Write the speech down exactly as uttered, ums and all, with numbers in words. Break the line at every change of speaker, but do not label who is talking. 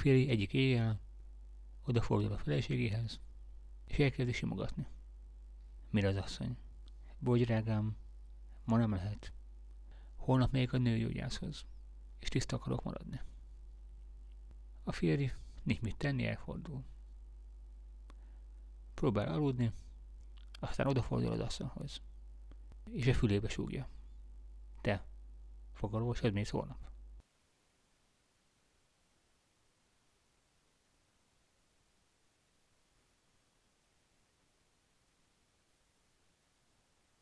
férj egyik éjjel odafordul a feleségéhez, és elkezdi simogatni. Mire az asszony? Bocs, drágám, ma nem lehet. Holnap megyek a nőgyógyászhoz, és tiszta akarok maradni. A férj nincs mit tenni, elfordul. Próbál aludni, aztán odafordul az asszonyhoz, és a fülébe súgja. Te, fogalmas, ez mész holnap.